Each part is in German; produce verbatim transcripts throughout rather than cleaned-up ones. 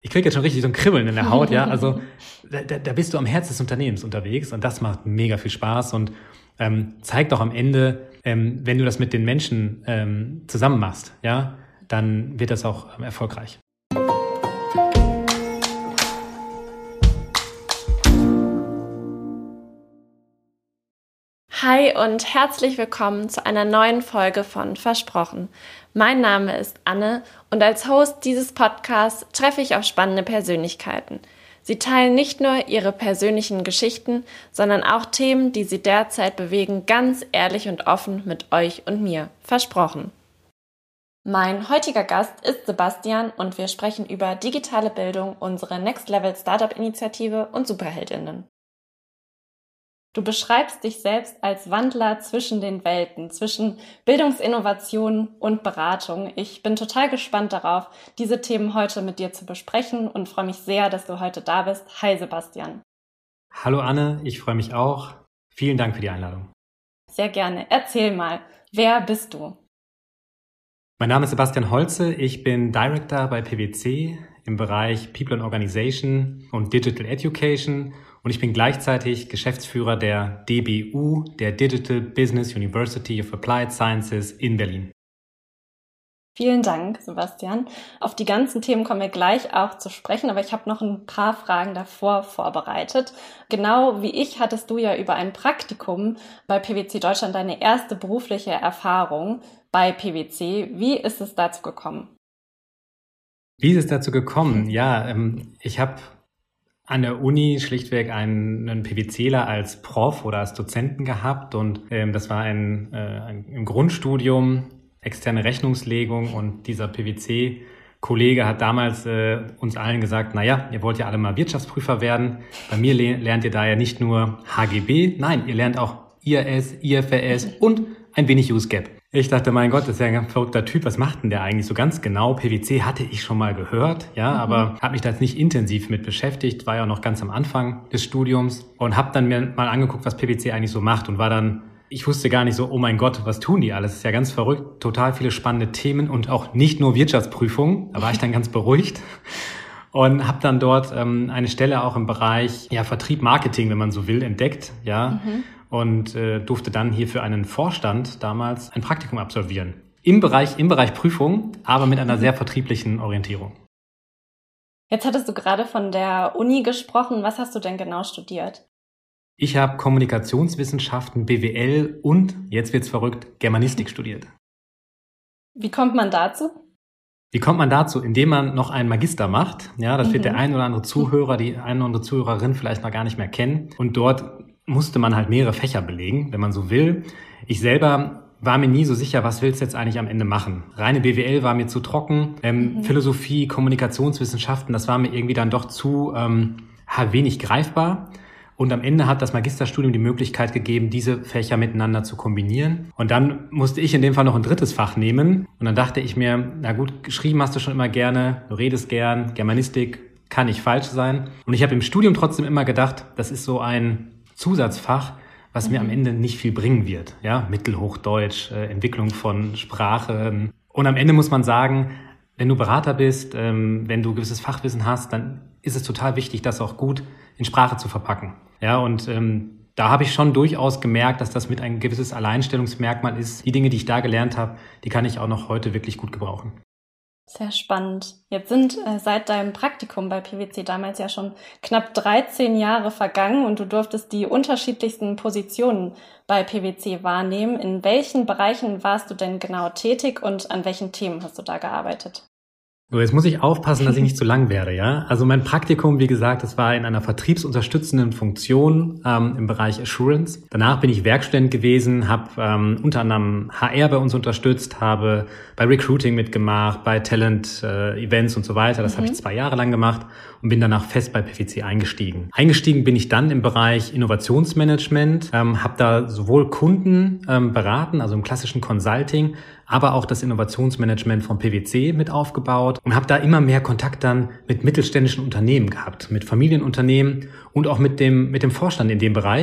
Ich kriege jetzt schon richtig so ein Kribbeln in der Haut, ja. Also da, da bist du am Herz des Unternehmens unterwegs und das macht mega viel Spaß und ähm, zeigt auch am Ende, ähm, wenn du das mit den Menschen ähm, zusammen machst, ja, dann wird das auch ähm, erfolgreich. Hi und herzlich willkommen zu einer neuen Folge von Versprochen. Mein Name ist Anne und als Host dieses Podcasts treffe ich auf spannende Persönlichkeiten. Sie teilen nicht nur ihre persönlichen Geschichten, sondern auch Themen, die sie derzeit bewegen, ganz ehrlich und offen mit euch und mir. Versprochen. Mein heutiger Gast ist Sebastian und wir sprechen über digitale Bildung, unsere Next Level Startup-Initiative und Superheldinnen. Du beschreibst dich selbst als Wandler zwischen den Welten, zwischen Bildungsinnovation und Beratung. Ich bin total gespannt darauf, diese Themen heute mit dir zu besprechen und freue mich sehr, dass du heute da bist. Hi Sebastian. Hallo Anne, ich freue mich auch. Vielen Dank für die Einladung. Sehr gerne. Erzähl mal, wer bist du? Mein Name ist Sebastian Holze, ich bin Director bei P W C im Bereich People and Organization und Digital Education. Und ich bin gleichzeitig Geschäftsführer der D B U, der Digital Business University of Applied Sciences in Berlin. Vielen Dank, Sebastian. Auf die ganzen Themen kommen wir gleich auch zu sprechen, aber ich habe noch ein paar Fragen davor vorbereitet. Genau wie ich hattest du ja über ein Praktikum bei P W C Deutschland deine erste berufliche Erfahrung bei P W C. Wie ist es dazu gekommen? Wie ist es dazu gekommen? Ja, ähm, ich habe an der Uni schlichtweg einen, einen PWCler als Prof oder als Dozenten gehabt und ähm, das war ein, äh, ein im Grundstudium externe Rechnungslegung und dieser P W C-Kollege hat damals äh, uns allen gesagt, naja, ihr wollt ja alle mal Wirtschaftsprüfer werden. Bei mir le- lernt ihr da ja nicht nur H G B, nein, ihr lernt auch I A S, I F R S und ein wenig U S Gap. Ich dachte, mein Gott, das ist ja ein ganz verrückter Typ. Was macht denn der eigentlich so ganz genau? P W C hatte ich schon mal gehört, ja, mhm. aber habe mich da jetzt nicht intensiv mit beschäftigt. War ja auch noch ganz am Anfang des Studiums und habe dann mir mal angeguckt, was P W C eigentlich so macht und war dann, ich wusste gar nicht so, oh mein Gott, was tun die alles? Das ist ja ganz verrückt. Total viele spannende Themen und auch nicht nur Wirtschaftsprüfungen. Da war ich dann ganz beruhigt. Und habe dann dort ähm, eine Stelle auch im Bereich ja, Vertrieb, Marketing, wenn man so will, entdeckt, ja, mhm. und äh, durfte dann hier für einen Vorstand damals ein Praktikum absolvieren. Im Bereich, im Bereich Prüfung, aber mit einer sehr vertrieblichen Orientierung. Jetzt hattest du gerade von der Uni gesprochen. Was hast du denn genau studiert? Ich habe Kommunikationswissenschaften, B W L und, jetzt wird's verrückt, Germanistik studiert. Wie kommt man dazu? Wie kommt man dazu? Indem man noch einen Magister macht. Ja, das mhm. wird der ein oder andere Zuhörer, die eine oder andere Zuhörerin vielleicht noch gar nicht mehr kennen. Und dort musste man halt mehrere Fächer belegen, wenn man so will. Ich selber war mir nie so sicher, was willst du jetzt eigentlich am Ende machen? Reine B W L war mir zu trocken. Ähm, mhm. Philosophie, Kommunikationswissenschaften, das war mir irgendwie dann doch zu ähm, wenig greifbar. Und am Ende hat das Magisterstudium die Möglichkeit gegeben, diese Fächer miteinander zu kombinieren. Und dann musste ich in dem Fall noch ein drittes Fach nehmen. Und dann dachte ich mir, na gut, geschrieben hast du schon immer gerne, du redest gern, Germanistik kann nicht falsch sein. Und ich habe im Studium trotzdem immer gedacht, das ist so ein Zusatzfach, was mhm. mir am Ende nicht viel bringen wird. Ja, Mittelhochdeutsch, äh, Entwicklung von Sprachen. Und am Ende muss man sagen, wenn du Berater bist, ähm, wenn du gewisses Fachwissen hast, dann ist es total wichtig, das auch gut in Sprache zu verpacken. Ja, und ähm, da habe ich schon durchaus gemerkt, dass das mit ein gewisses Alleinstellungsmerkmal ist. Die Dinge, die ich da gelernt habe, die kann ich auch noch heute wirklich gut gebrauchen. Sehr spannend. Jetzt sind äh, seit deinem Praktikum bei P W C damals ja schon knapp dreizehn Jahre vergangen und du durftest die unterschiedlichsten Positionen bei P W C wahrnehmen. In welchen Bereichen warst du denn genau tätig und an welchen Themen hast du da gearbeitet? So, jetzt muss ich aufpassen, dass ich nicht zu lang werde, ja. Also mein Praktikum, wie gesagt, das war in einer vertriebsunterstützenden Funktion ähm, im Bereich Assurance. Danach bin ich Werkstudent gewesen, habe ähm, unter anderem H R bei uns unterstützt, habe bei Recruiting mitgemacht, bei Talent äh, Events und so weiter. Das mhm. habe ich zwei Jahre lang gemacht und bin danach fest bei P W C eingestiegen. Eingestiegen bin ich dann im Bereich Innovationsmanagement, ähm, habe da sowohl Kunden ähm, beraten, also im klassischen Consulting, aber auch das Innovationsmanagement von P W C mit aufgebaut und habe da immer mehr Kontakt dann mit mittelständischen Unternehmen gehabt, mit Familienunternehmen und auch mit dem mit dem Vorstand in dem Bereich.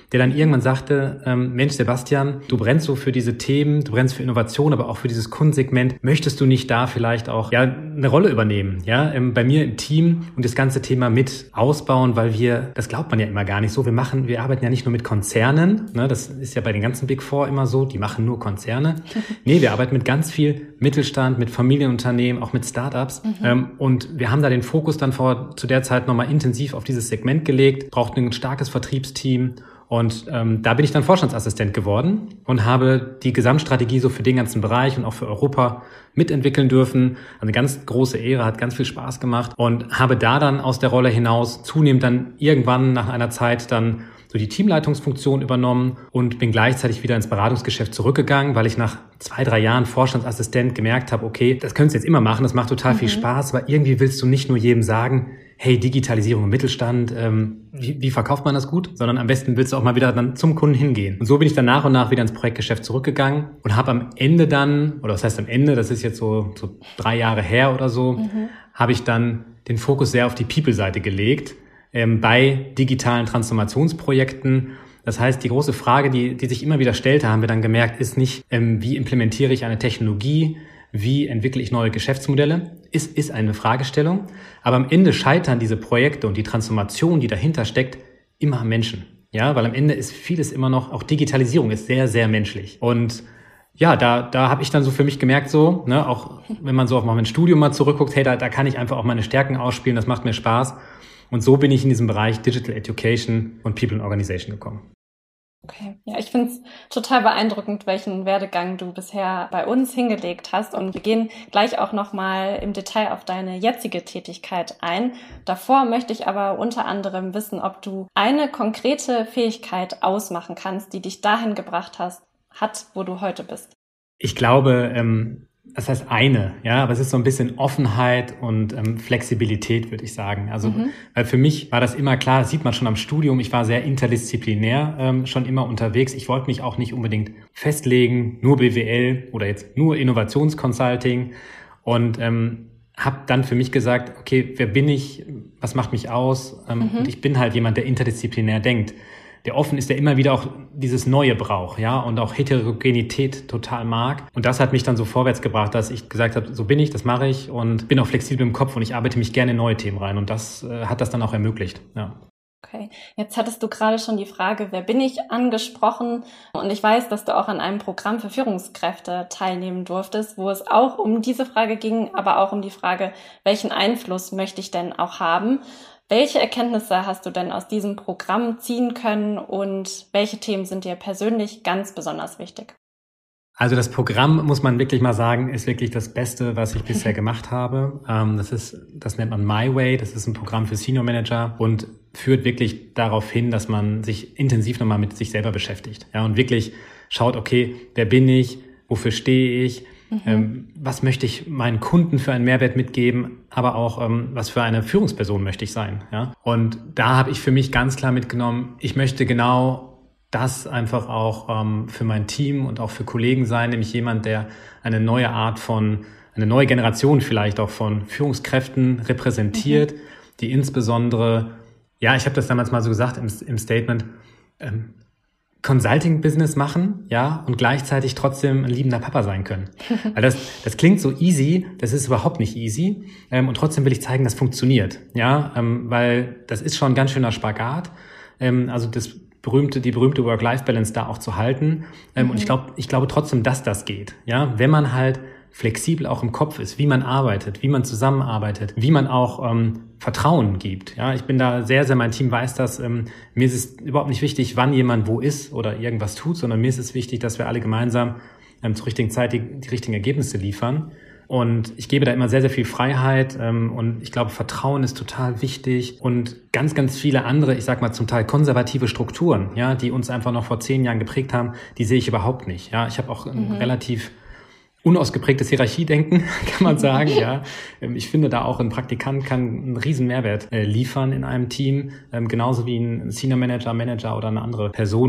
der dann irgendwann sagte, ähm, Mensch Sebastian, du brennst so für diese Themen, du brennst für Innovation, aber auch für dieses Kundensegment. Möchtest du nicht da vielleicht auch ja eine Rolle übernehmen, ja, ähm, bei mir im Team und das ganze Thema mit ausbauen, weil wir, das glaubt man ja immer gar nicht so, wir machen, wir arbeiten ja nicht nur mit Konzernen, ne, das ist ja bei den ganzen Big Four immer so, die machen nur Konzerne. Nee, wir arbeiten mit ganz viel Mittelstand, mit Familienunternehmen, auch mit Startups. Mhm. Ähm, und wir haben da den Fokus dann vor zu der Zeit nochmal intensiv auf dieses Segment gelegt, brauchten ein starkes Vertriebsteam. Und ähm, da bin ich dann Vorstandsassistent geworden und habe die Gesamtstrategie so für den ganzen Bereich und auch für Europa mitentwickeln dürfen. Also eine ganz große Ehre, hat ganz viel Spaß gemacht und habe da dann aus der Rolle hinaus zunehmend dann irgendwann nach einer Zeit dann so die Teamleitungsfunktion übernommen und bin gleichzeitig wieder ins Beratungsgeschäft zurückgegangen, weil ich nach zwei, drei Jahren Vorstandsassistent gemerkt habe, okay, das könntest du jetzt immer machen, das macht total mhm. viel Spaß, aber irgendwie willst du nicht nur jedem sagen, hey, Digitalisierung im Mittelstand, ähm, wie, wie verkauft man das gut? Sondern am besten willst du auch mal wieder dann zum Kunden hingehen. Und so bin ich dann nach und nach wieder ins Projektgeschäft zurückgegangen und habe am Ende dann, oder was heißt am Ende, das ist jetzt so, so drei Jahre her oder so, mhm. habe ich dann den Fokus sehr auf die People-Seite gelegt, ähm, bei digitalen Transformationsprojekten. Das heißt, die große Frage, die, die sich immer wieder stellte, haben wir dann gemerkt, ist nicht, ähm, wie implementiere ich eine Technologie, wie entwickle ich neue Geschäftsmodelle, ist, ist eine Fragestellung. Aber am Ende scheitern diese Projekte und die Transformation, die dahinter steckt, immer am Menschen. Ja, weil am Ende ist vieles immer noch, auch Digitalisierung ist sehr, sehr menschlich. Und ja, da, da habe ich dann so für mich gemerkt, so, ne, auch wenn man so auf mein Studium mal zurückguckt, hey, da, da kann ich einfach auch meine Stärken ausspielen, das macht mir Spaß. Und so bin ich in diesem Bereich Digital Education und People and Organization gekommen. Okay, ja, ich finde es total beeindruckend, welchen Werdegang du bisher bei uns hingelegt hast. Und wir gehen gleich auch nochmal im Detail auf deine jetzige Tätigkeit ein. Davor möchte ich aber unter anderem wissen, ob du eine konkrete Fähigkeit ausmachen kannst, die dich dahin gebracht hast, hat, wo du heute bist. Ich glaube, ähm, das heißt eine, ja, aber es ist so ein bisschen Offenheit und ähm, Flexibilität, würde ich sagen. Also, mhm. weil für mich war das immer klar, das sieht man schon am Studium, ich war sehr interdisziplinär ähm, schon immer unterwegs. Ich wollte mich auch nicht unbedingt festlegen, nur B W L oder jetzt nur Innovationsconsulting und ähm, habe dann für mich gesagt, okay, wer bin ich, was macht mich aus? Ähm, mhm. Und ich bin halt jemand, der interdisziplinär denkt. Der offen ist, der immer wieder auch dieses Neue braucht, ja, und auch Heterogenität total mag. Und das hat mich dann so vorwärts gebracht, dass ich gesagt habe, so bin ich, das mache ich und bin auch flexibel im Kopf und ich arbeite mich gerne in neue Themen rein. Und das äh, hat das dann auch ermöglicht, ja. Okay, jetzt hattest du gerade schon die Frage, wer bin ich, angesprochen. Und ich weiß, dass du auch an einem Programm für Führungskräfte teilnehmen durftest, wo es auch um diese Frage ging, aber auch um die Frage, welchen Einfluss möchte ich denn auch haben? Welche Erkenntnisse hast du denn aus diesem Programm ziehen können und welche Themen sind dir persönlich ganz besonders wichtig? Also das Programm, muss man wirklich mal sagen, ist wirklich das Beste, was ich bisher gemacht habe. Das ist, das nennt man My Way. Das ist ein Programm für Senior Manager und führt wirklich darauf hin, dass man sich intensiv nochmal mit sich selber beschäftigt. Ja, und wirklich schaut, okay, wer bin ich? Wofür stehe ich? Mhm. Ähm, was möchte ich meinen Kunden für einen Mehrwert mitgeben, aber auch ähm, was für eine Führungsperson möchte ich sein. Ja? Und da habe ich für mich ganz klar mitgenommen, ich möchte genau das einfach auch ähm, für mein Team und auch für Kollegen sein, nämlich jemand, der eine neue Art von, eine neue Generation vielleicht auch von Führungskräften repräsentiert, mhm. die insbesondere, ja, ich habe das damals mal so gesagt im, im Statement, ähm, Consulting-Business machen, ja, und gleichzeitig trotzdem ein liebender Papa sein können. Weil das, das klingt so easy, das ist überhaupt nicht easy. Ähm, und trotzdem will ich zeigen, das funktioniert, ja, ähm, weil das ist schon ein ganz schöner Spagat. Ähm, also das berühmte, die berühmte Work-Life-Balance da auch zu halten. Ähm, mhm. Und ich glaube, ich glaube trotzdem, dass das geht, ja, wenn man halt flexibel auch im Kopf ist, wie man arbeitet, wie man zusammenarbeitet, wie man auch ähm, Vertrauen gibt. Ja, ich bin da sehr, sehr, mein Team weiß das. Ähm, mir ist es überhaupt nicht wichtig, wann jemand wo ist oder irgendwas tut, sondern mir ist es wichtig, dass wir alle gemeinsam ähm, zur richtigen Zeit die, die richtigen Ergebnisse liefern. Und ich gebe da immer sehr, sehr viel Freiheit ähm, und ich glaube, Vertrauen ist total wichtig und ganz, ganz viele andere, ich sag mal zum Teil konservative Strukturen, ja, die uns einfach noch vor zehn Jahren geprägt haben, die sehe ich überhaupt nicht. Ja, ich habe auch ein mhm. relativ unausgeprägtes Hierarchiedenken, kann man sagen, ja. Ich finde da auch ein Praktikant kann einen riesen Mehrwert äh, liefern in einem Team, ähm, genauso wie ein Senior Manager, Manager oder eine andere Person. Und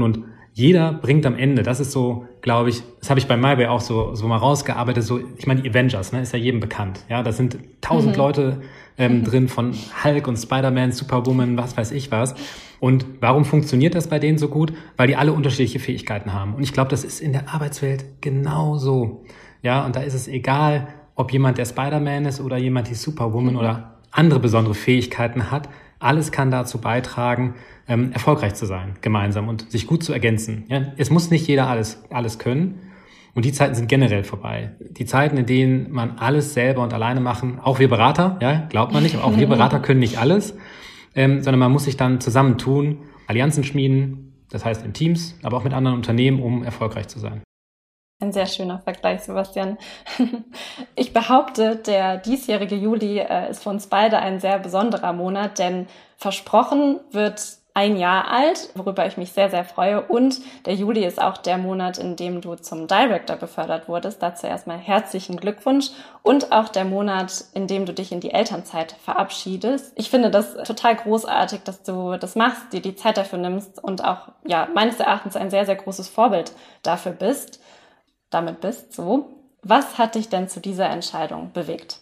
jeder bringt am Ende, das ist so, glaube ich, das habe ich bei MyWay auch so, so mal rausgearbeitet, so, ich meine, die Avengers, ne, ist ja jedem bekannt. Ja, da sind tausend mhm. Leute ähm, mhm. drin von Hulk und Spider-Man, Superwoman, was weiß ich was. Und warum funktioniert das bei denen so gut? Weil die alle unterschiedliche Fähigkeiten haben. Und ich glaube, das ist in der Arbeitswelt genauso. Ja, und da ist es egal, ob jemand der Spider-Man ist oder jemand die Superwoman mhm. oder andere besondere Fähigkeiten hat. Alles kann dazu beitragen, ähm, erfolgreich zu sein, gemeinsam und sich gut zu ergänzen. Ja, es muss nicht jeder alles, alles können. Und die Zeiten sind generell vorbei. Die Zeiten, in denen man alles selber und alleine machen, auch wir Berater, ja, glaubt man nicht, aber auch wir Berater können nicht alles, ähm, sondern man muss sich dann zusammentun, Allianzen schmieden, das heißt in Teams, aber auch mit anderen Unternehmen, um erfolgreich zu sein. Ein sehr schöner Vergleich, Sebastian. Ich behaupte, der diesjährige Juli äh, ist für uns beide ein sehr besonderer Monat, denn versprochen wird ein Jahr alt, worüber ich mich sehr, sehr freue. Und der Juli ist auch der Monat, in dem du zum Director befördert wurdest. Dazu erstmal herzlichen Glückwunsch. Und auch der Monat, in dem du dich in die Elternzeit verabschiedest. Ich finde das total großartig, dass du das machst, dir die Zeit dafür nimmst und auch, ja, meines Erachtens ein sehr, sehr großes Vorbild dafür bist. Damit bist so. Was hat dich denn zu dieser Entscheidung bewegt?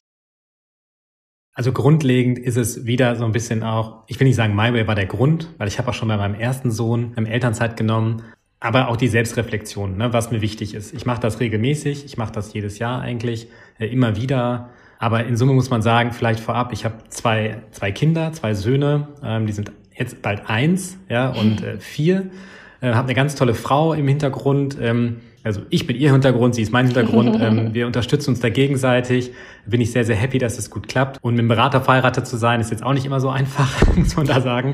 Also grundlegend ist es wieder so ein bisschen auch, ich will nicht sagen, MyWay war der Grund, weil ich habe auch schon bei meinem ersten Sohn ähm, Elternzeit genommen, aber auch die Selbstreflexion, ne, was mir wichtig ist. Ich mache das regelmäßig, ich mache das jedes Jahr eigentlich, äh, immer wieder. Aber in Summe muss man sagen, vielleicht vorab, ich habe zwei zwei Kinder, zwei Söhne, ähm, die sind jetzt bald eins, ja, und äh, vier. Äh, habe eine ganz tolle Frau im Hintergrund. Ähm, also ich bin ihr Hintergrund, sie ist mein Hintergrund. ähm, wir unterstützen uns da gegenseitig. Bin ich sehr, sehr happy, dass es gut klappt. Und mit einem Berater verheiratet zu sein, ist jetzt auch nicht immer so einfach, muss man da sagen.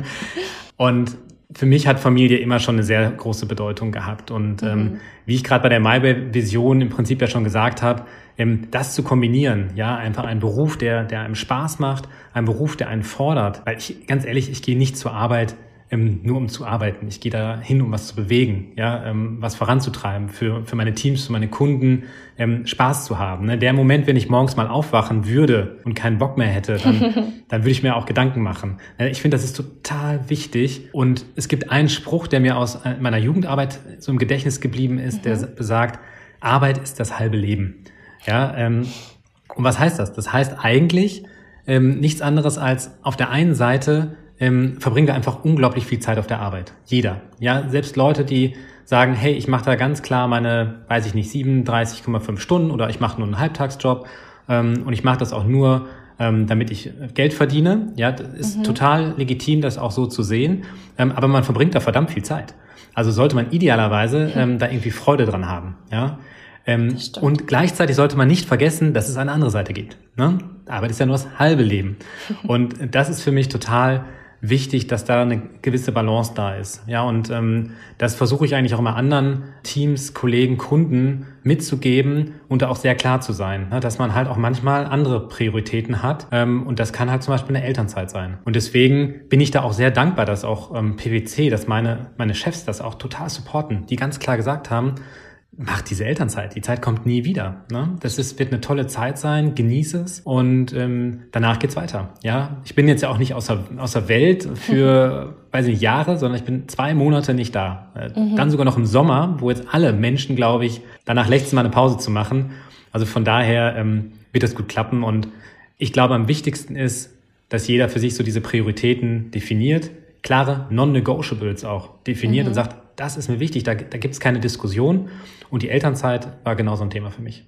Und für mich hat Familie immer schon eine sehr große Bedeutung gehabt. Und ähm, mhm. wie ich gerade bei der MyWay-Vision im Prinzip ja schon gesagt habe, ähm, das zu kombinieren, ja, einfach ein Beruf, der, der einem Spaß macht, ein Beruf, der einen fordert. Weil ich, ganz ehrlich, ich gehe nicht zur Arbeit, Ähm, nur um zu arbeiten. Ich gehe da hin, um was zu bewegen, ja, ähm, was voranzutreiben, für für meine Teams, für meine Kunden ähm, Spaß zu haben. Ne? Der Moment, wenn ich morgens mal aufwachen würde und keinen Bock mehr hätte, dann, dann würde ich mir auch Gedanken machen. Äh, ich finde, das ist total wichtig. Und es gibt einen Spruch, der mir aus äh, meiner Jugendarbeit so im Gedächtnis geblieben ist, mhm. der besagt, Arbeit ist das halbe Leben. Ja, ähm, und was heißt das? Das heißt eigentlich ähm, nichts anderes als auf der einen Seite Ähm, verbringen wir einfach unglaublich viel Zeit auf der Arbeit. Jeder. Ja, selbst Leute, die sagen, hey, ich mache da ganz klar meine, weiß ich nicht, siebenunddreißig Komma fünf Stunden oder ich mache nur einen Halbtagsjob ähm, und ich mache das auch nur, ähm, damit ich Geld verdiene. Ja, das ist mhm. total legitim, das auch so zu sehen. Ähm, aber man verbringt da verdammt viel Zeit. Also sollte man idealerweise ähm, da irgendwie Freude dran haben. Ja. Ähm, und gleichzeitig sollte man nicht vergessen, dass es eine andere Seite gibt. Ne? Arbeit ist ja nur das halbe Leben. Und das ist für mich total wichtig, dass da eine gewisse Balance da ist. Ja, und ähm, das versuche ich eigentlich auch immer anderen Teams, Kollegen, Kunden mitzugeben und da auch sehr klar zu sein, ne? Dass man halt auch manchmal andere Prioritäten hat ähm, und das kann halt zum Beispiel eine Elternzeit sein. Und deswegen bin ich da auch sehr dankbar, dass auch ähm, P W C, dass meine meine Chefs das auch total supporten, die ganz klar gesagt haben, mach diese Elternzeit. Die Zeit kommt nie wieder. Ne? Das ist, wird eine tolle Zeit sein. Genieße es und ähm, danach geht's weiter. Ja, ich bin jetzt ja auch nicht außer außer Welt für, weiß nicht, Jahre, sondern ich bin zwei Monate nicht da. Äh, mhm. Dann sogar noch im Sommer, wo jetzt alle Menschen, glaube ich, danach lechzen, mal eine Pause zu machen. Also von daher ähm, wird das gut klappen. Und ich glaube, am wichtigsten ist, dass jeder für sich so diese Prioritäten definiert, klare Non-Negotiables auch definiert mhm. und sagt, das ist mir wichtig, da, da gibt es keine Diskussion. Und die Elternzeit war genau so ein Thema für mich.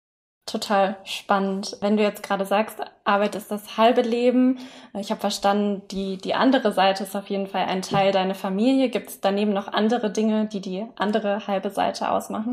Total spannend. Wenn du jetzt gerade sagst, Arbeit ist das halbe Leben. Ich habe verstanden, die, die andere Seite ist auf jeden Fall ein Teil deiner Familie. Gibt es daneben noch andere Dinge, die die andere halbe Seite ausmachen?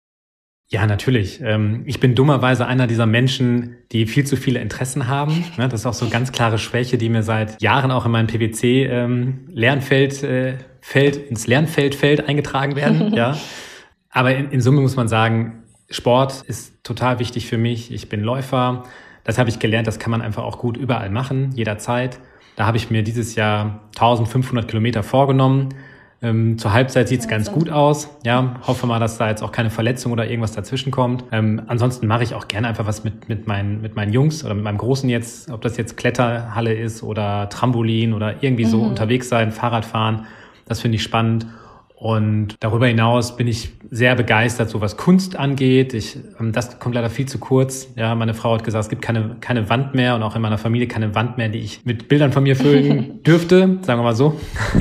Ja, natürlich. Ich bin dummerweise einer dieser Menschen, die viel zu viele Interessen haben. Das ist auch so eine ganz klare Schwäche, die mir seit Jahren auch in meinem P W C-Lernfeld Feld, ins Lernfeldfeld eingetragen werden. Ja. Aber in, in Summe muss man sagen, Sport ist total wichtig für mich. Ich bin Läufer. Das habe ich gelernt, das kann man einfach auch gut überall machen, jederzeit. Da habe ich mir dieses Jahr eintausendfünfhundert Kilometer vorgenommen. Ähm, zur Halbzeit sieht es ganz gut aus. Ja, hoffe mal, dass da jetzt auch keine Verletzung oder irgendwas dazwischen kommt. Ähm, ansonsten mache ich auch gerne einfach was mit mit meinen mit meinen Jungs oder mit meinem Großen jetzt, ob das jetzt Kletterhalle ist oder Trampolin oder irgendwie so mhm. unterwegs sein, Fahrrad fahren. Das finde ich spannend. Und darüber hinaus bin ich sehr begeistert, so was Kunst angeht. Ich, das kommt leider viel zu kurz. Ja, meine Frau hat gesagt, es gibt keine, keine Wand mehr und auch in meiner Familie keine Wand mehr, die ich mit Bildern von mir füllen dürfte, sagen wir mal so.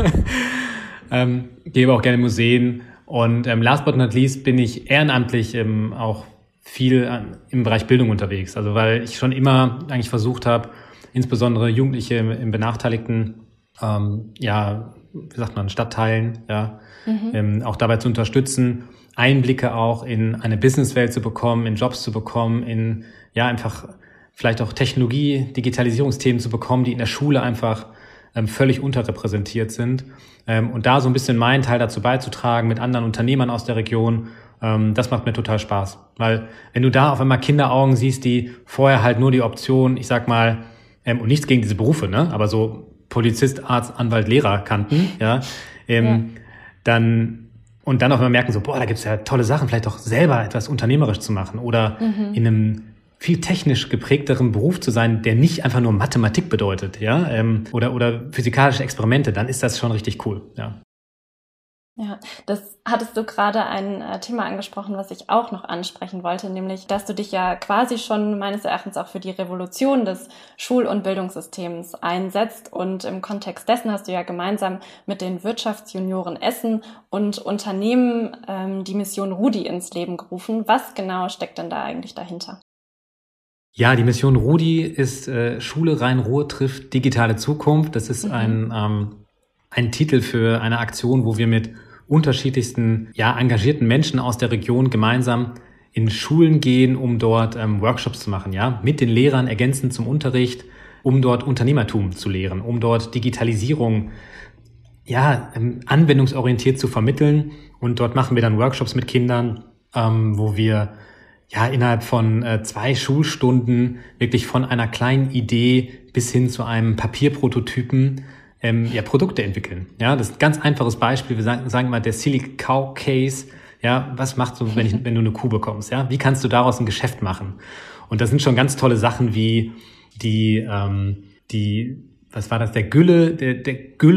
ähm, gebe auch gerne Museen. Und ähm, last but not least bin ich ehrenamtlich ähm, auch viel äh, im Bereich Bildung unterwegs. Also weil ich schon immer eigentlich versucht habe, insbesondere Jugendliche im, im benachteiligten, ähm, ja, wie sagt man, Stadtteilen, ja, mhm. ähm, auch dabei zu unterstützen, Einblicke auch in eine Businesswelt zu bekommen, in Jobs zu bekommen, in, ja, einfach vielleicht auch Technologie, Digitalisierungsthemen zu bekommen, die in der Schule einfach ähm, völlig unterrepräsentiert sind. Ähm, und da so ein bisschen meinen Teil dazu beizutragen mit anderen Unternehmern aus der Region, ähm, das macht mir total Spaß. Weil wenn du da auf einmal Kinderaugen siehst, die vorher halt nur die Option, ich sag mal, ähm, und nichts gegen diese Berufe, ne, aber so Polizist, Arzt, Anwalt, Lehrer kannten, ja, ähm, ja. dann und dann auch immer merken so, boah, da gibt's ja tolle Sachen, vielleicht auch selber etwas unternehmerisch zu machen oder mhm. in einem viel technisch geprägteren Beruf zu sein, der nicht einfach nur Mathematik bedeutet, ja, ähm, oder oder physikalische Experimente, dann ist das schon richtig cool, ja. Ja, das hattest du gerade ein äh, Thema angesprochen, was ich auch noch ansprechen wollte, nämlich, dass du dich ja quasi schon meines Erachtens auch für die Revolution des Schul- und Bildungssystems einsetzt. Und im Kontext dessen hast du ja gemeinsam mit den Wirtschaftsjunioren Essen und Unternehmen ähm, die Mission Rudi ins Leben gerufen. Was genau steckt denn da eigentlich dahinter? Ja, die Mission Rudi ist äh, Schule Rhein-Ruhr trifft digitale Zukunft. Das ist mhm. ein ähm, ein Titel für eine Aktion, wo wir mit unterschiedlichsten, ja, engagierten Menschen aus der Region gemeinsam in Schulen gehen, um dort ähm, Workshops zu machen, ja, mit den Lehrern ergänzend zum Unterricht, um dort Unternehmertum zu lehren, um dort Digitalisierung, ja, ähm, anwendungsorientiert zu vermitteln. Und dort machen wir dann Workshops mit Kindern, ähm, wo wir ja innerhalb von äh, zwei Schulstunden wirklich von einer kleinen Idee bis hin zu einem Papierprototypen Ähm, ja, Produkte entwickeln. Ja, das ist ein ganz einfaches Beispiel. Wir sagen, sagen mal, der Silly Cow Case. Ja, was machst du, wenn, ich, wenn du eine Kuh bekommst? Ja, wie kannst du daraus ein Geschäft machen? Und das sind schon ganz tolle Sachen wie die, ähm, die, was war das? Der Gülle, der, der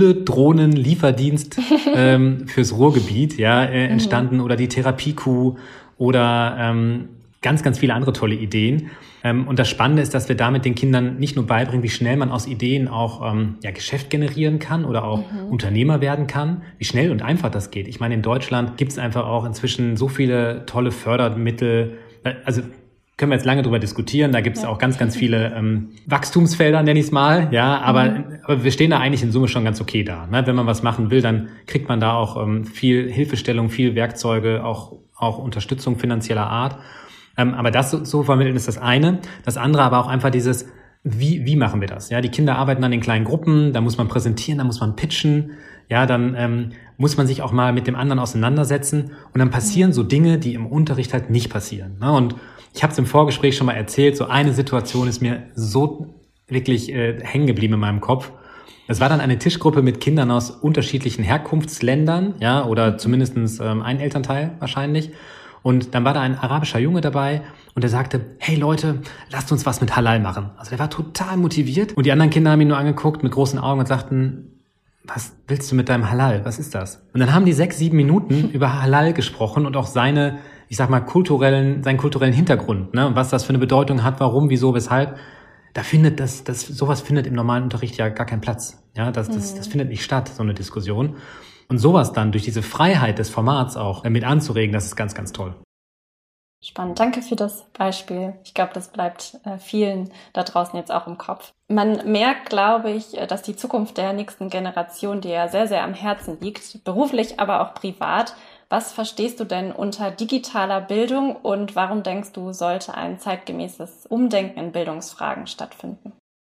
Gülle-Drohnen-Lieferdienst ähm, fürs Ruhrgebiet, ja, äh, entstanden, mhm. oder die Therapiekuh oder ähm, ganz, ganz viele andere tolle Ideen. Ähm, und das Spannende ist, dass wir damit den Kindern nicht nur beibringen, wie schnell man aus Ideen auch ähm, ja, Geschäft generieren kann oder auch mhm. Unternehmer werden kann, wie schnell und einfach das geht. Ich meine, in Deutschland gibt es einfach auch inzwischen so viele tolle Fördermittel. Also können wir jetzt lange drüber diskutieren. Da gibt es ja. auch ganz, ganz viele ähm, Wachstumsfelder, nenne ich es mal. Ja, aber, mhm. aber wir stehen da eigentlich in Summe schon ganz okay da. Ne? Wenn man was machen will, dann kriegt man da auch ähm, viel Hilfestellung, viel Werkzeuge, auch, auch Unterstützung finanzieller Art. Ähm, aber das so, so vermitteln ist das eine. Das andere aber auch einfach dieses, wie, wie machen wir das? Ja, die Kinder arbeiten dann in kleinen Gruppen, da muss man präsentieren, da muss man pitchen. Ja, dann ähm, muss man sich auch mal mit dem anderen auseinandersetzen. Und dann passieren so Dinge, die im Unterricht halt nicht passieren. Ne? Und ich habe es im Vorgespräch schon mal erzählt, so eine Situation ist mir so wirklich äh, hängen geblieben in meinem Kopf. Es war dann eine Tischgruppe mit Kindern aus unterschiedlichen Herkunftsländern, ja, oder zumindestens ähm, ein Elternteil wahrscheinlich. Und dann war da ein arabischer Junge dabei und der sagte, hey Leute, lasst uns was mit Halal machen. Also der war total motiviert und die anderen Kinder haben ihn nur angeguckt mit großen Augen und sagten, was willst du mit deinem Halal? Was ist das? Und dann haben die sechs, sieben Minuten über Halal gesprochen und auch seine, ich sag mal, kulturellen, seinen kulturellen Hintergrund, ne, und was das für eine Bedeutung hat, warum, wieso, weshalb. Da findet das, das, sowas findet im normalen Unterricht ja gar keinen Platz. Ja, das, das, das findet nicht statt, so eine Diskussion. Und sowas dann durch diese Freiheit des Formats auch mit anzuregen, das ist ganz, ganz toll. Spannend. Danke für das Beispiel. Ich glaube, das bleibt äh, vielen da draußen jetzt auch im Kopf. Man merkt, glaube ich, dass die Zukunft der nächsten Generation dir ja sehr, sehr am Herzen liegt, beruflich, aber auch privat. Was verstehst du denn unter digitaler Bildung und warum denkst du, sollte ein zeitgemäßes Umdenken in Bildungsfragen stattfinden?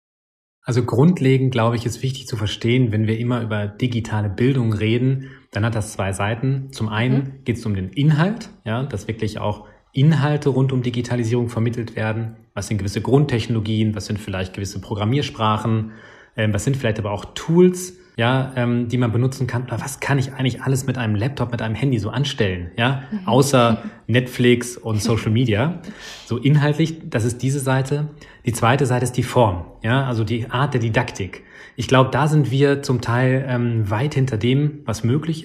Also grundlegend, glaube ich, ist wichtig zu verstehen, wenn wir immer über digitale Bildung reden, dann hat das zwei Seiten. Zum einen mhm. geht es um den Inhalt, ja, dass wirklich auch Inhalte rund um Digitalisierung vermittelt werden. Was sind gewisse Grundtechnologien, was sind vielleicht gewisse Programmiersprachen, ähm, was sind vielleicht aber auch Tools, ja, ähm, die man benutzen kann. Oder was kann ich eigentlich alles mit einem Laptop, mit einem Handy so anstellen, ja, mhm. außer Netflix und Social Media. So inhaltlich, das ist diese Seite. Die zweite Seite ist die Form, ja, also die Art der Didaktik. Ich glaube, da sind wir zum Teil ähm, weit hinter dem, was möglich ist.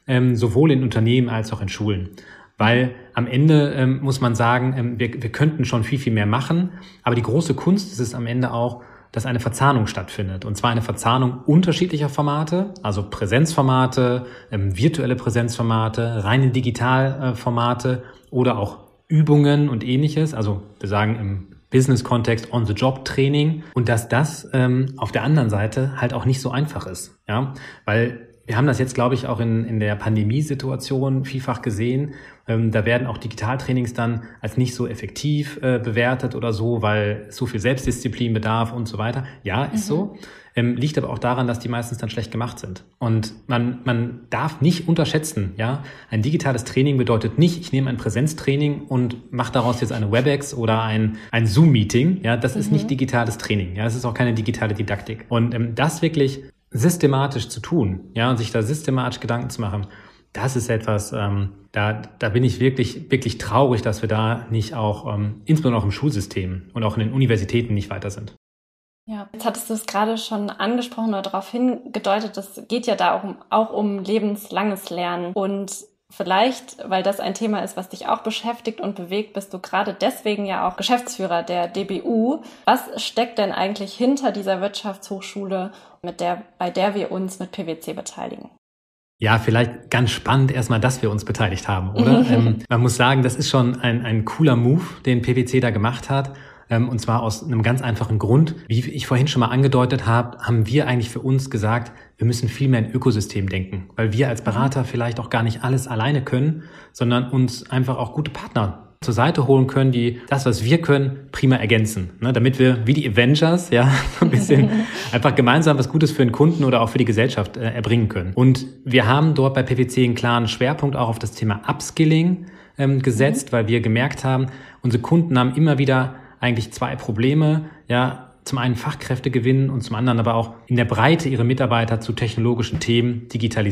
ähm, sowohl in Unternehmen als auch in Schulen. Weil am Ende ähm, muss man sagen, ähm, wir, wir könnten schon viel, viel mehr machen. Aber die große Kunst ist es am Ende auch, dass eine Verzahnung stattfindet. Und zwar eine Verzahnung unterschiedlicher Formate, also Präsenzformate, ähm, virtuelle Präsenzformate, reine Digitalformate oder auch Übungen und ähnliches. Also wir sagen im Business-Kontext On-the-Job-Training. Und dass das ähm, auf der anderen Seite halt auch nicht so einfach ist. Ja, weil wir haben das jetzt, glaube ich, auch in, in der Pandemiesituation vielfach gesehen. Ähm, da werden auch Digitaltrainings dann als nicht so effektiv äh, bewertet oder so, weil so viel Selbstdisziplin bedarf und so weiter. Ja, ist mhm. so. Ähm, liegt aber auch daran, dass die meistens dann schlecht gemacht sind. Und man, man darf nicht unterschätzen, ja. Ein digitales Training bedeutet nicht, ich nehme ein Präsenztraining und mache daraus jetzt eine WebEx oder ein, ein Zoom-Meeting. Ja, das mhm. ist nicht digitales Training. Ja, es ist auch keine digitale Didaktik. Und ähm, das wirklich systematisch zu tun, ja, und sich da systematisch Gedanken zu machen, das ist etwas, ähm, da, da bin ich wirklich, wirklich traurig, dass wir da nicht auch, ähm, insbesondere auch im Schulsystem und auch in den Universitäten nicht weiter sind. Ja, jetzt hattest du es gerade schon angesprochen oder darauf hingedeutet, es geht ja da auch um, auch um lebenslanges Lernen und vielleicht, weil das ein Thema ist, was dich auch beschäftigt und bewegt, bist du gerade deswegen ja auch Geschäftsführer der D B U. Was steckt denn eigentlich hinter dieser Wirtschaftshochschule, mit der, bei der wir uns mit P W C beteiligen? Ja, vielleicht ganz spannend erstmal, dass wir uns beteiligt haben, oder? ähm, man muss sagen, das ist schon ein, ein cooler Move, den P W C da gemacht hat. Ähm, und zwar aus einem ganz einfachen Grund. Wie ich vorhin schon mal angedeutet habe, haben wir eigentlich für uns gesagt, wir müssen viel mehr in Ökosystem denken, weil wir als Berater vielleicht auch gar nicht alles alleine können, sondern uns einfach auch gute Partner zur Seite holen können, die das, was wir können, prima ergänzen, ne, damit wir wie die Avengers ja so ein bisschen einfach gemeinsam was Gutes für den Kunden oder auch für die Gesellschaft äh, erbringen können. Und wir haben dort bei P W C einen klaren Schwerpunkt auch auf das Thema Upskilling ähm, gesetzt, mhm. weil wir gemerkt haben, unsere Kunden haben immer wieder eigentlich zwei Probleme, ja, zum einen Fachkräfte gewinnen und zum anderen aber auch in der Breite ihre Mitarbeiter zu technologischen Themen,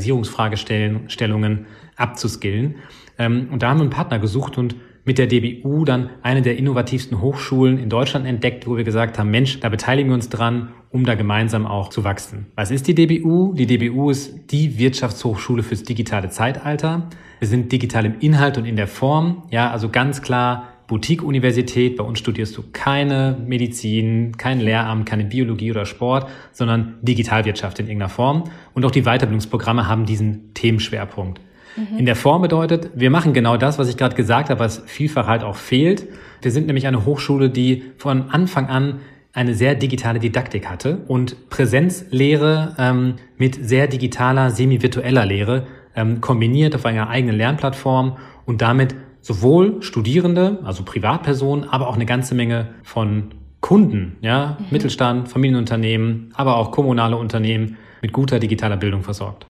Digitalisierungsfragestellungen abzuskillen. Ähm, und da haben wir einen Partner gesucht und mit der D B U dann eine der innovativsten Hochschulen in Deutschland entdeckt, wo wir gesagt haben, Mensch, da beteiligen wir uns dran, um da gemeinsam auch zu wachsen. Was ist die D B U? Die D B U ist die Wirtschaftshochschule fürs digitale Zeitalter. Wir sind digital im Inhalt und in der Form, ja, also ganz klar Boutique-Universität. Bei uns studierst du keine Medizin, kein Lehramt, keine Biologie oder Sport, sondern Digitalwirtschaft in irgendeiner Form. Und auch die Weiterbildungsprogramme haben diesen Themenschwerpunkt. Mhm. In der Form bedeutet, wir machen genau das, was ich gerade gesagt habe, was vielfach halt auch fehlt. Wir sind nämlich eine Hochschule, die von Anfang an eine sehr digitale Didaktik hatte und Präsenzlehre ähm, mit sehr digitaler, semi-virtueller Lehre ähm, kombiniert auf einer eigenen Lernplattform und damit sowohl Studierende, also Privatpersonen, aber auch eine ganze Menge von Kunden, ja, mhm. Mittelstand, Familienunternehmen, aber auch kommunale Unternehmen mit guter digitaler Bildung versorgt.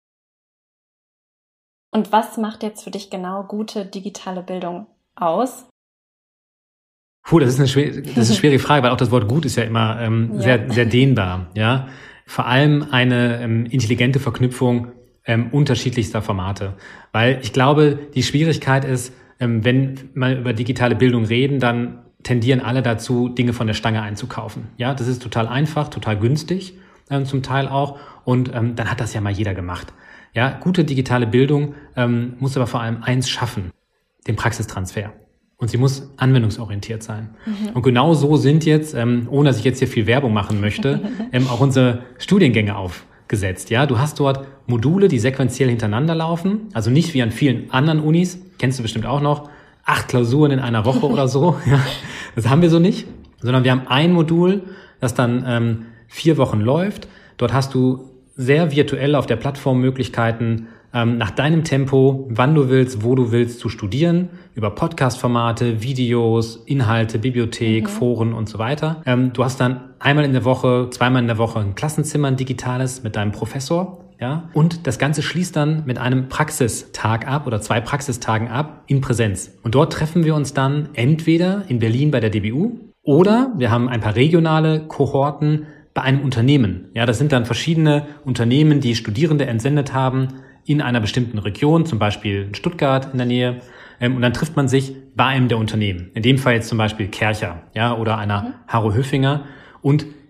Und was macht jetzt für dich genau gute digitale Bildung aus? Puh, das ist eine schwere, das ist eine schwere Frage, weil auch das Wort gut ist ja immer ähm, ja. sehr, sehr dehnbar, ja. Vor allem eine ähm, intelligente Verknüpfung ähm, unterschiedlichster Formate, weil ich glaube, die Schwierigkeit ist, ähm, wenn wir über digitale Bildung reden, dann tendieren alle dazu, Dinge von der Stange einzukaufen. Ja, das ist total einfach, total günstig, ähm, zum Teil auch, und ähm, dann hat das ja mal jeder gemacht. Ja, gute digitale Bildung ähm, muss aber vor allem eins schaffen, den Praxistransfer. Und sie muss anwendungsorientiert sein. Mhm. Und genau so sind jetzt, ähm, ohne dass ich jetzt hier viel Werbung machen möchte, ähm, auch unsere Studiengänge aufgesetzt. Ja, du hast dort Module, die sequenziell hintereinander laufen. Also nicht wie an vielen anderen Unis, kennst du bestimmt auch noch, acht Klausuren in einer Woche oder so. Ja, das haben wir so nicht. Sondern wir haben ein Modul, das dann ähm, vier Wochen läuft. Dort hast du sehr virtuell auf der Plattform Möglichkeiten, ähm, nach deinem Tempo, wann du willst, wo du willst, zu studieren, über Podcast-Formate, Videos, Inhalte, Bibliothek, mhm. Foren und so weiter. Ähm, du hast dann einmal in der Woche, zweimal in der Woche ein Klassenzimmer, ein digitales mit deinem Professor. Ja, und das Ganze schließt dann mit einem Praxistag ab oder zwei Praxistagen ab in Präsenz. Und dort treffen wir uns dann entweder in Berlin bei der D B U oder wir haben ein paar regionale Kohorten bei einem Unternehmen. Ja, das sind dann verschiedene Unternehmen, die Studierende entsendet haben in einer bestimmten Region, zum Beispiel in Stuttgart in der Nähe. Und dann trifft man sich bei einem der Unternehmen. In dem Fall jetzt zum Beispiel Kärcher, ja, oder einer mhm. Harro Höffinger. Und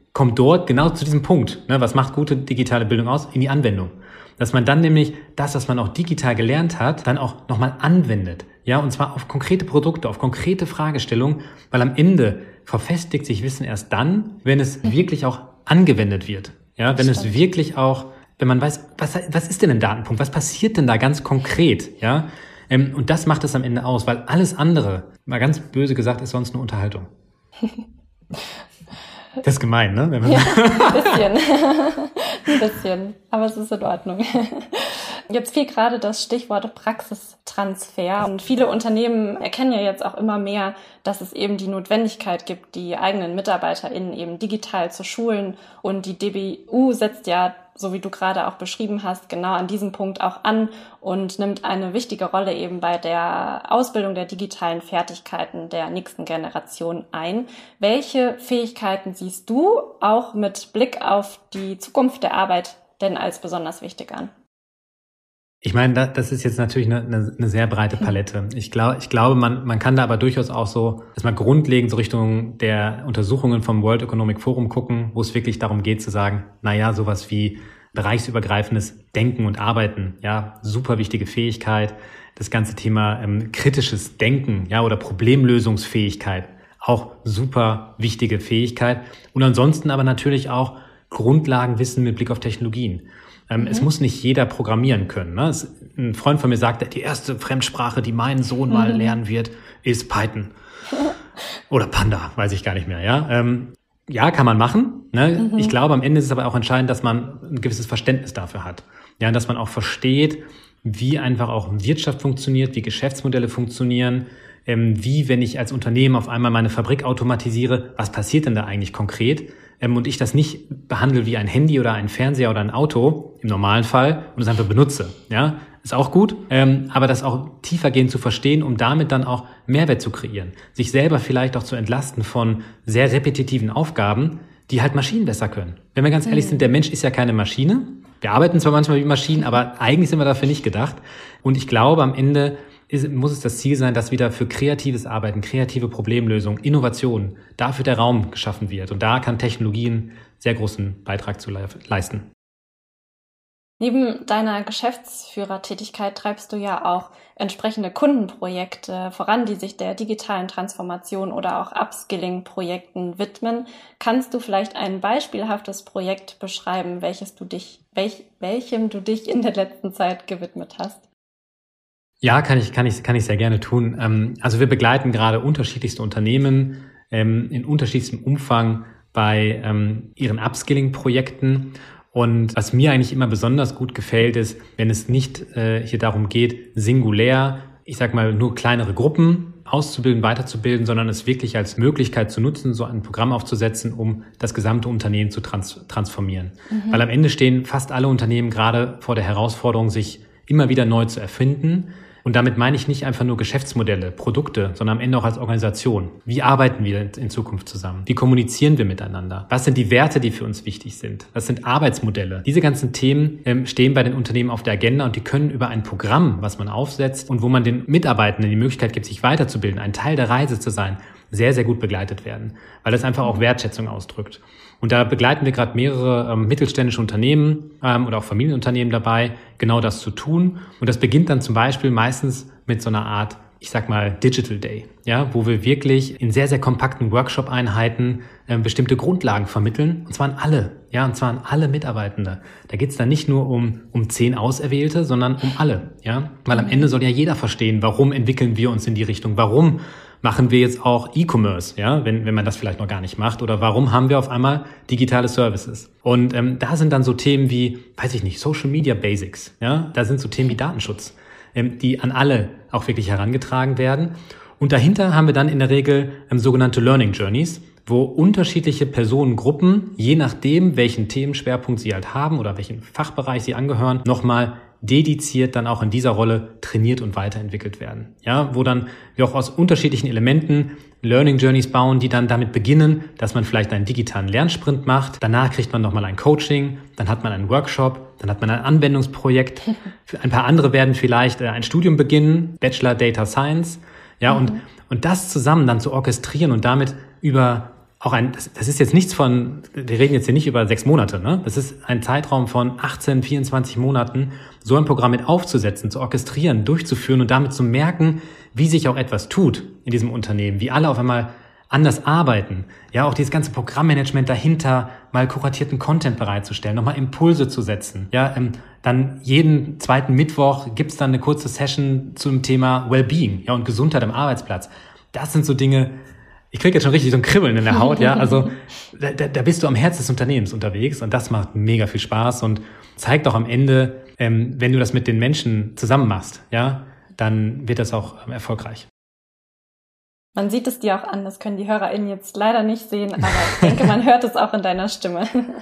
kommt dort genau zu diesem Punkt. Ne? Was macht gute digitale Bildung aus? In die Anwendung. Dass man dann nämlich das, was man auch digital gelernt hat, dann auch nochmal anwendet. Ja, und zwar auf konkrete Produkte, auf konkrete Fragestellungen, weil am Ende verfestigt sich Wissen erst dann, wenn es mhm. wirklich auch angewendet wird. Ja, wenn es wirklich auch, wenn man weiß, was, was ist denn ein Datenpunkt? Was passiert denn da ganz konkret? Ja, ähm, und das macht es am Ende aus, weil alles andere, mal ganz böse gesagt, ist sonst eine Unterhaltung. Das ist gemein, ne? Wenn man ja, ein bisschen. Ein bisschen. Aber es ist in Ordnung. Jetzt fiel gerade das Stichwort Praxistransfer. Und viele Unternehmen erkennen ja jetzt auch immer mehr, dass es eben die Notwendigkeit gibt, die eigenen MitarbeiterInnen eben digital zu schulen. Und die D B U setzt ja, so wie du gerade auch beschrieben hast, genau an diesem Punkt auch an und nimmt eine wichtige Rolle eben bei der Ausbildung der digitalen Fertigkeiten der nächsten Generation ein. Welche Fähigkeiten siehst du auch mit Blick auf die Zukunft der Arbeit denn als besonders wichtig an? Ich meine, das ist jetzt natürlich eine, eine, eine sehr breite Palette. Ich glaube, ich glaube, man, man kann da aber durchaus auch so erstmal grundlegend so Richtung der Untersuchungen vom World Economic Forum gucken, wo es wirklich darum geht zu sagen, na ja, sowas wie bereichsübergreifendes Denken und Arbeiten, ja, super wichtige Fähigkeit. Das ganze Thema ähm, kritisches Denken, ja, oder Problemlösungsfähigkeit, auch super wichtige Fähigkeit. Und ansonsten aber natürlich auch Grundlagenwissen mit Blick auf Technologien. Ähm, mhm. Es muss nicht jeder programmieren können. Ne? Es, ein Freund von mir sagt, die erste Fremdsprache, die mein Sohn mhm. mal lernen wird, ist Python. Oder Panda, weiß ich gar nicht mehr. Ja, ähm, ja, kann man machen. Ne? Mhm. Ich glaube, am Ende ist es aber auch entscheidend, dass man ein gewisses Verständnis dafür hat. Ja, dass man auch versteht, wie einfach auch Wirtschaft funktioniert, wie Geschäftsmodelle funktionieren, ähm, wie, wenn ich als Unternehmen auf einmal meine Fabrik automatisiere, was passiert denn da eigentlich konkret? Ähm, und ich das nicht behandle wie ein Handy oder ein Fernseher oder ein Auto im normalen Fall und es einfach benutze. Ja, ist auch gut, ähm, aber das auch tiefergehend zu verstehen, um damit dann auch Mehrwert zu kreieren. Sich selber vielleicht auch zu entlasten von sehr repetitiven Aufgaben, die halt Maschinen besser können. Wenn wir ganz ehrlich mhm. sind, der Mensch ist ja keine Maschine. Wir arbeiten zwar manchmal wie Maschinen, aber eigentlich sind wir dafür nicht gedacht. Und ich glaube, am Ende ist, muss es das Ziel sein, dass wieder für kreatives Arbeiten, kreative Problemlösungen, Innovationen, dafür der Raum geschaffen wird. Und da kann Technologie einen sehr großen Beitrag zu le- leisten. Neben deiner Geschäftsführertätigkeit treibst du ja auch entsprechende Kundenprojekte voran, die sich der digitalen Transformation oder auch Upskilling-Projekten widmen. Kannst du vielleicht ein beispielhaftes Projekt beschreiben, welches du dich, welch, welchem du dich in der letzten Zeit gewidmet hast? Ja, kann ich, kann ich, kann ich sehr gerne tun. Also wir begleiten gerade unterschiedlichste Unternehmen in unterschiedlichstem Umfang bei ihren Upskilling-Projekten. Und was mir eigentlich immer besonders gut gefällt, ist, wenn es nicht äh, hier darum geht, singulär, ich sag mal, nur kleinere Gruppen auszubilden, weiterzubilden, sondern es wirklich als Möglichkeit zu nutzen, so ein Programm aufzusetzen, um das gesamte Unternehmen zu trans- transformieren. Mhm. Weil am Ende stehen fast alle Unternehmen gerade vor der Herausforderung, sich immer wieder neu zu erfinden. Und damit meine ich nicht einfach nur Geschäftsmodelle, Produkte, sondern am Ende auch als Organisation. Wie arbeiten wir in Zukunft zusammen? Wie kommunizieren wir miteinander? Was sind die Werte, die für uns wichtig sind? Was sind Arbeitsmodelle? Diese ganzen Themen ähm, stehen bei den Unternehmen auf der Agenda und die können über ein Programm, was man aufsetzt und wo man den Mitarbeitenden die Möglichkeit gibt, sich weiterzubilden, ein Teil der Reise zu sein, sehr, sehr gut begleitet werden, weil das einfach auch Wertschätzung ausdrückt. Und da begleiten wir gerade mehrere ähm, mittelständische Unternehmen ähm, oder auch Familienunternehmen dabei, genau das zu tun. Und das beginnt dann zum Beispiel meistens mit so einer Art, ich sag mal, Digital Day, ja, wo wir wirklich in sehr, sehr kompakten Workshop-Einheiten ähm, bestimmte Grundlagen vermitteln, und zwar an alle, ja, und zwar an alle Mitarbeitende. Da geht's dann nicht nur um um zehn Auserwählte, sondern um alle, ja, weil am Ende soll ja jeder verstehen, warum entwickeln wir uns in die Richtung, warum machen wir jetzt auch E-Commerce, ja, wenn wenn man das vielleicht noch gar nicht macht, oder warum haben wir auf einmal digitale Services? Und ähm, da sind dann so Themen wie, weiß ich nicht, Social Media Basics, ja, da sind so Themen wie Datenschutz, ähm, die an alle auch wirklich herangetragen werden. Und dahinter haben wir dann in der Regel ähm, sogenannte Learning Journeys, wo unterschiedliche Personengruppen, je nachdem, welchen Themenschwerpunkt sie halt haben oder welchen Fachbereich sie angehören, nochmal dediziert dann auch in dieser Rolle trainiert und weiterentwickelt werden. Ja, wo dann wir auch aus unterschiedlichen Elementen Learning Journeys bauen, die dann damit beginnen, dass man vielleicht einen digitalen Lernsprint macht. Danach kriegt man nochmal ein Coaching, dann hat man einen Workshop, dann hat man ein Anwendungsprojekt. Ein paar andere werden vielleicht ein Studium beginnen, Bachelor Data Science. Ja, mhm. und, und das zusammen dann zu orchestrieren und damit über auch ein, das, das ist jetzt nichts von, wir reden jetzt hier nicht über sechs Monate, ne? Das ist ein Zeitraum von achtzehn, vierundzwanzig Monaten, so ein Programm mit aufzusetzen, zu orchestrieren, durchzuführen und damit zu merken, wie sich auch etwas tut in diesem Unternehmen, wie alle auf einmal anders arbeiten. Ja, auch dieses ganze Programmmanagement dahinter, mal kuratierten Content bereitzustellen, nochmal Impulse zu setzen. Ja, ähm, dann jeden zweiten Mittwoch gibt's dann eine kurze Session zum Thema Wellbeing, ja, und Gesundheit am Arbeitsplatz. Das sind so Dinge, ich kriege jetzt schon richtig so ein Kribbeln in der Haut, ja, also da, da bist du am Herz des Unternehmens unterwegs und das macht mega viel Spaß und zeigt auch am Ende, ähm, wenn du das mit den Menschen zusammen machst, ja, dann wird das auch ähm, erfolgreich. Man sieht es dir auch an, das können die HörerInnen jetzt leider nicht sehen, aber ich denke, man hört es auch in deiner Stimme.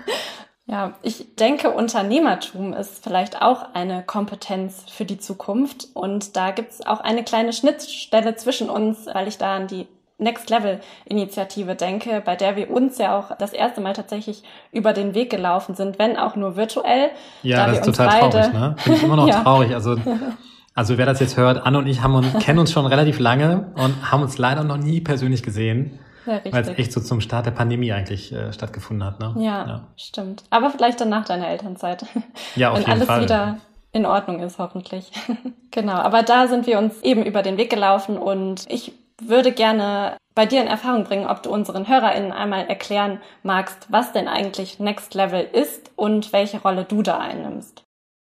Ja, ich denke, Unternehmertum ist vielleicht auch eine Kompetenz für die Zukunft und da gibt es auch eine kleine Schnittstelle zwischen uns, weil ich da an die Next-Level-Initiative denke, bei der wir uns ja auch das erste Mal tatsächlich über den Weg gelaufen sind, wenn auch nur virtuell. Ja, da das ist total beide traurig, ne? Finde ich immer noch ja. traurig. Also, also wer das jetzt hört, Anne und ich haben uns, kennen uns schon relativ lange und haben uns leider noch nie persönlich gesehen, ja, weil es echt so zum Start der Pandemie eigentlich äh, stattgefunden hat. Ne? Ja, ja, stimmt. Aber vielleicht dann nach deiner Elternzeit. Ja, auf wenn jeden alles Fall. wieder in Ordnung ist, hoffentlich. Genau, aber da sind wir uns eben über den Weg gelaufen und ich würde gerne bei dir in Erfahrung bringen, ob du unseren HörerInnen einmal erklären magst, was denn eigentlich Next Level ist und welche Rolle du da einnimmst.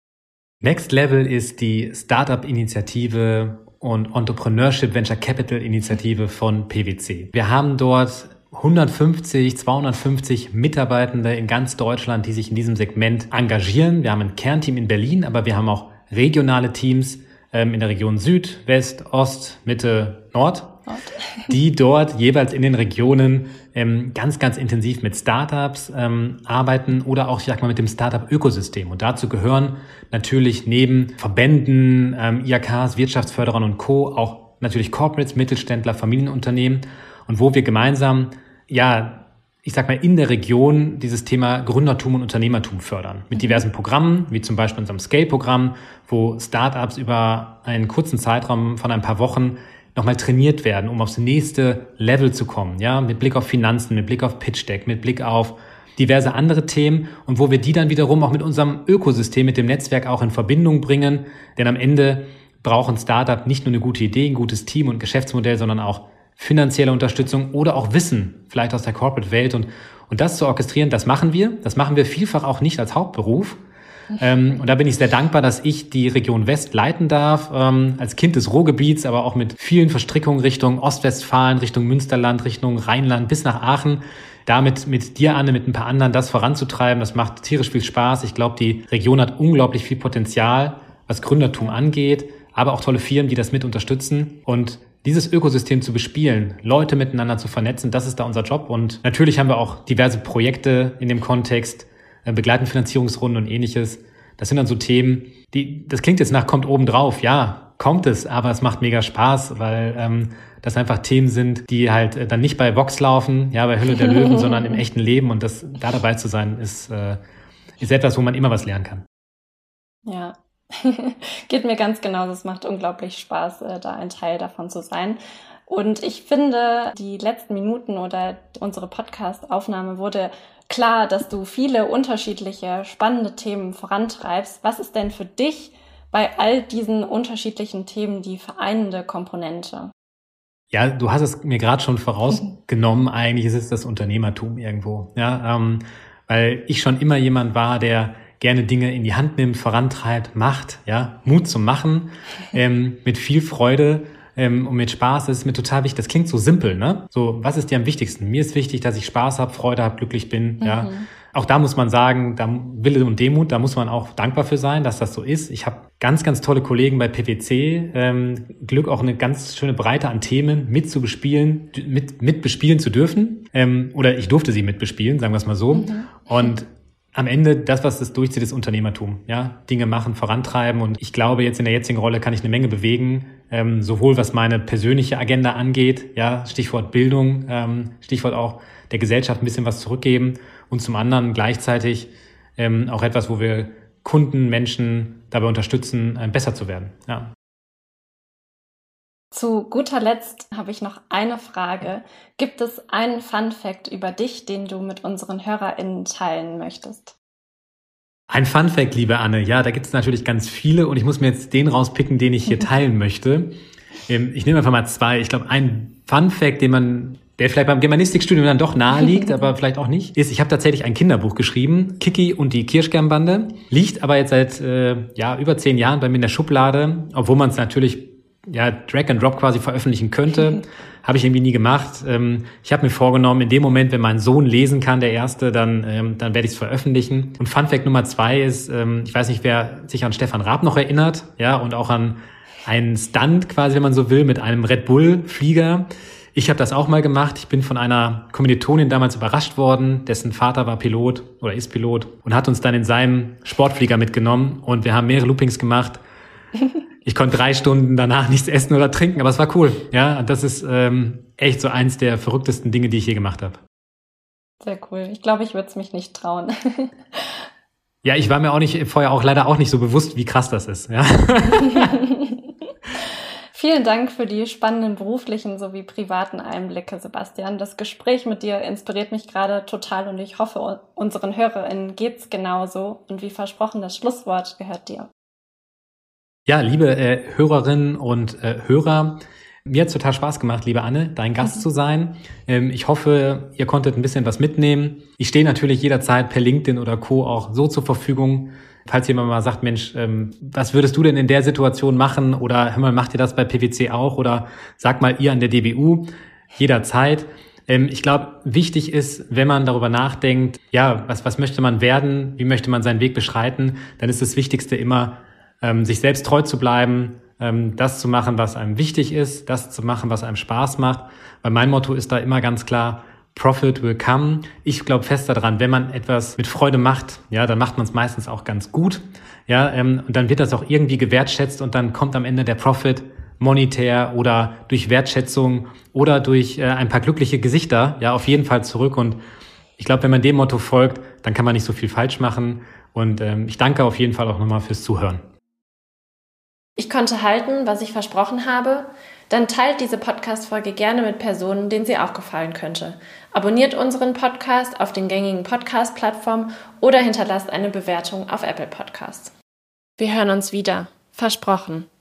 Next Level ist die Startup-Initiative und Entrepreneurship Venture Capital Initiative von P W C. Wir haben dort hundertfünfzig, zweihundertfünfzig Mitarbeitende in ganz Deutschland, die sich in diesem Segment engagieren. Wir haben ein Kernteam in Berlin, aber wir haben auch regionale Teams ähm, in der Region Süd, West, Ost, Mitte, Nord, die dort jeweils in den Regionen ähm, ganz, ganz intensiv mit Startups ähm, arbeiten oder auch, ich sag mal, mit dem Startup-Ökosystem. Und dazu gehören natürlich neben Verbänden, ähm, I H Ks, Wirtschaftsförderern und Co. auch natürlich Corporates, Mittelständler, Familienunternehmen. Und wo wir gemeinsam, ja, ich sag mal, in der Region dieses Thema Gründertum und Unternehmertum fördern. Mit diversen Programmen, wie zum Beispiel unserem Scale-Programm, wo Startups über einen kurzen Zeitraum von ein paar Wochen nochmal trainiert werden, um aufs nächste Level zu kommen, ja, mit Blick auf Finanzen, mit Blick auf Pitch Deck, mit Blick auf diverse andere Themen und wo wir die dann wiederum auch mit unserem Ökosystem, mit dem Netzwerk auch in Verbindung bringen, denn am Ende brauchen Startup nicht nur eine gute Idee, ein gutes Team und Geschäftsmodell, sondern auch finanzielle Unterstützung oder auch Wissen, vielleicht aus der Corporate-Welt und, und das zu orchestrieren, das machen wir, das machen wir vielfach auch nicht als Hauptberuf. Ähm, und da bin ich sehr dankbar, dass ich die Region West leiten darf, ähm, als Kind des Ruhrgebiets, aber auch mit vielen Verstrickungen Richtung Ostwestfalen, Richtung Münsterland, Richtung Rheinland bis nach Aachen. Damit mit dir, Anne, mit ein paar anderen das voranzutreiben, das macht tierisch viel Spaß. Ich glaube, die Region hat unglaublich viel Potenzial, was Gründertum angeht, aber auch tolle Firmen, die das mit unterstützen. Und dieses Ökosystem zu bespielen, Leute miteinander zu vernetzen, das ist da unser Job. Und natürlich haben wir auch diverse Projekte in dem Kontext, begleitende Finanzierungsrunden und ähnliches. Das sind dann so Themen, die, das klingt jetzt nach, kommt oben drauf. Ja, kommt es, aber es macht mega Spaß, weil ähm, das einfach Themen sind, die halt äh, dann nicht bei Vox laufen, ja, bei Hülle der Löwen, sondern im echten Leben. Und das da dabei zu sein, ist, äh, ist etwas, wo man immer was lernen kann. Ja, geht mir ganz genauso. Es macht unglaublich Spaß, äh, da ein Teil davon zu sein. Und ich finde, die letzten Minuten oder unsere Podcast-Aufnahme wurde klar, dass du viele unterschiedliche, spannende Themen vorantreibst. Was ist denn für dich bei all diesen unterschiedlichen Themen die vereinende Komponente? Ja, du hast es mir gerade schon vorausgenommen. Eigentlich ist es das Unternehmertum irgendwo. Ja, ähm, weil ich schon immer jemand war, der gerne Dinge in die Hand nimmt, vorantreibt, macht, ja, Mut zum Machen, ähm, mit viel Freude. Ähm, und mit Spaß, das ist mir total wichtig. Das klingt so simpel, ne? So, was ist dir am wichtigsten? Mir ist wichtig, dass ich Spaß habe, Freude habe, glücklich bin. Mhm. Ja, auch da muss man sagen, da Wille und Demut, da muss man auch dankbar für sein, dass das so ist. Ich habe ganz, ganz tolle Kollegen bei P W C. Ähm, Glück, auch eine ganz schöne Breite an Themen mit zu bespielen, mit mit bespielen zu dürfen. Ähm, oder ich durfte sie mit bespielen, sagen wir es mal so. Mhm. Und am Ende, das, was das durchzieht, ist Unternehmertum. Ja, Dinge machen, vorantreiben. Und ich glaube, jetzt in der jetzigen Rolle kann ich eine Menge bewegen. Ähm, sowohl was meine persönliche Agenda angeht, ja, Stichwort Bildung, ähm, Stichwort auch der Gesellschaft ein bisschen was zurückgeben. Und zum anderen gleichzeitig ähm, auch etwas, wo wir Kunden, Menschen dabei unterstützen, äh, besser zu werden. Ja. Zu guter Letzt habe ich noch eine Frage. Gibt es einen Fun-Fact über dich, den du mit unseren HörerInnen teilen möchtest? Ein Fun-Fact, liebe Anne. Ja, da gibt es natürlich ganz viele und ich muss mir jetzt den rauspicken, den ich hier teilen möchte. Ich nehme einfach mal zwei. Ich glaube, ein Fun-Fact, den man, der vielleicht beim Germanistikstudium dann doch nahe liegt, aber vielleicht auch nicht, ist, ich habe tatsächlich ein Kinderbuch geschrieben, Kiki und die Kirschkernbande, liegt aber jetzt seit äh, ja über zehn Jahren bei mir in der Schublade, obwohl man es natürlich ja Drag and Drop quasi veröffentlichen könnte. Habe ich irgendwie nie gemacht. Ähm, ich habe mir vorgenommen, in dem Moment, wenn mein Sohn lesen kann, der Erste, dann ähm, dann werde ich es veröffentlichen. Und Fun Fact Nummer zwei ist, ähm, ich weiß nicht, wer sich an Stefan Raab noch erinnert, ja, und auch an einen Stunt quasi, wenn man so will, mit einem Red Bull-Flieger. Ich habe das auch mal gemacht. Ich bin von einer Kommilitonin damals überrascht worden, dessen Vater war Pilot oder ist Pilot und hat uns dann in seinem Sportflieger mitgenommen und wir haben mehrere Loopings gemacht. Ich konnte drei Stunden danach nichts essen oder trinken, aber es war cool. Ja, und das ist ähm, echt so eins der verrücktesten Dinge, die ich je gemacht habe. Sehr cool. Ich glaube, ich würde es mich nicht trauen. Ja, ich war mir auch nicht vorher auch leider auch nicht so bewusst, wie krass das ist. Ja. Vielen Dank für die spannenden beruflichen sowie privaten Einblicke, Sebastian. Das Gespräch mit dir inspiriert mich gerade total und ich hoffe, unseren HörerInnen geht's genauso. Und wie versprochen, das Schlusswort gehört dir. Ja, liebe äh, Hörerinnen und äh, Hörer, mir hat's total Spaß gemacht, liebe Anne, dein Gast mhm. zu sein. Ähm, ich hoffe, ihr konntet ein bisschen was mitnehmen. Ich stehe natürlich jederzeit per LinkedIn oder Co. auch so zur Verfügung. Falls jemand mal sagt, Mensch, ähm, was würdest du denn in der Situation machen? Oder hör mal, macht ihr das bei P W C auch? Oder sag mal ihr an der D B U. Jederzeit. Ähm, ich glaube, wichtig ist, wenn man darüber nachdenkt, ja, was, was möchte man werden? Wie möchte man seinen Weg beschreiten? Dann ist das Wichtigste immer, ähm, sich selbst treu zu bleiben, ähm, das zu machen, was einem wichtig ist, das zu machen, was einem Spaß macht. Weil mein Motto ist da immer ganz klar, Profit will come. Ich glaube fest daran, wenn man etwas mit Freude macht, ja, dann macht man es meistens auch ganz gut. Ja, ähm, und dann wird das auch irgendwie gewertschätzt und dann kommt am Ende der Profit monetär oder durch Wertschätzung oder durch äh, ein paar glückliche Gesichter, ja, auf jeden Fall zurück. Und ich glaube, wenn man dem Motto folgt, dann kann man nicht so viel falsch machen. Und ähm, ich danke auf jeden Fall auch nochmal fürs Zuhören. Ich konnte halten, was ich versprochen habe. Dann teilt diese Podcast-Folge gerne mit Personen, denen sie auch gefallen könnte. Abonniert unseren Podcast auf den gängigen Podcast-Plattformen oder hinterlasst eine Bewertung auf Apple Podcasts. Wir hören uns wieder. Versprochen.